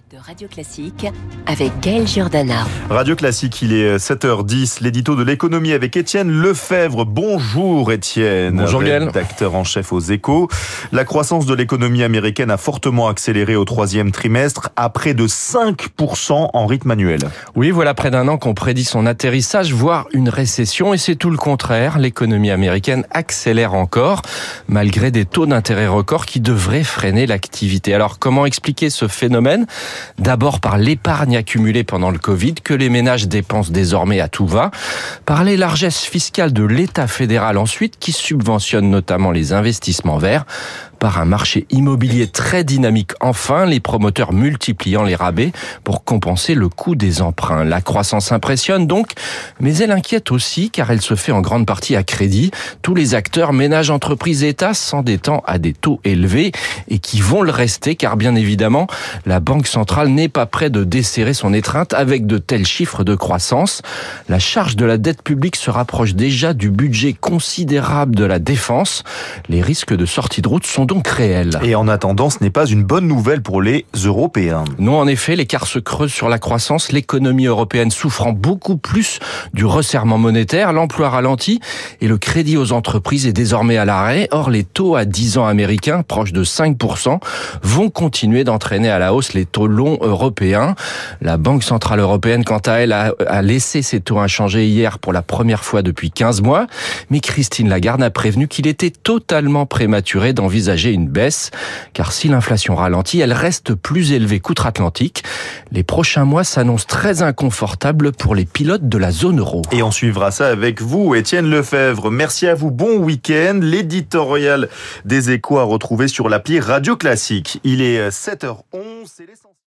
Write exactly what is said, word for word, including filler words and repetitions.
De Radio Classique avec Gaël Giordana. Radio Classique, il est sept heures dix, l'édito de l'économie avec Étienne Lefebvre. Bonjour Étienne. Bonjour Gaël. Rédacteur en chef aux Échos. La croissance de l'économie américaine a fortement accéléré au troisième trimestre à près de cinq pour cent en rythme annuel. Oui, voilà près d'un an qu'on prédit son atterrissage, voire une récession, et c'est tout le contraire. L'économie américaine accélère encore, malgré des taux d'intérêt records qui devraient freiner l'activité. Alors comment expliquer ce phénomène ? D'abord par l'épargne accumulée pendant le Covid, que les ménages dépensent désormais à tout va. Par les largesses fiscales de l'État fédéral ensuite, qui subventionne notamment les investissements verts. Par un marché immobilier très dynamique enfin, les promoteurs multipliant les rabais pour compenser le coût des emprunts. La croissance impressionne donc, mais elle inquiète aussi car elle se fait en grande partie à crédit. Tous les acteurs, ménages, entreprises, États, s'endettant à des taux élevés et qui vont le rester car bien évidemment, la Banque centrale n'est pas près de desserrer son étreinte avec de tels chiffres de croissance. La charge de la dette publique se rapproche déjà du budget considérable de la défense. Les risques de sortie de route sont donc réel. Et en attendant, ce n'est pas une bonne nouvelle pour les Européens. Non, en effet, l'écart se creuse sur la croissance. L'économie européenne souffrant beaucoup plus du resserrement monétaire, l'emploi ralentit et le crédit aux entreprises est désormais à l'arrêt. Or, les taux à dix ans américains, proches de cinq pour cent, vont continuer d'entraîner à la hausse les taux longs européens. La Banque centrale européenne, quant à elle, a, a laissé ses taux inchangés hier pour la première fois depuis quinze mois. Mais Christine Lagarde a prévenu qu'il était totalement prématuré d'envisager une baisse, car si l'inflation ralentit, elle reste plus élevée qu'outre-Atlantique. Les prochains mois s'annoncent très inconfortables pour les pilotes de la zone euro. Et on suivra ça avec vous, Étienne Lefebvre. Merci à vous, bon week-end. L'éditorial des Échos à retrouver sur l'appli Radio Classique. Il est sept heures onze, c'est l'essentiel.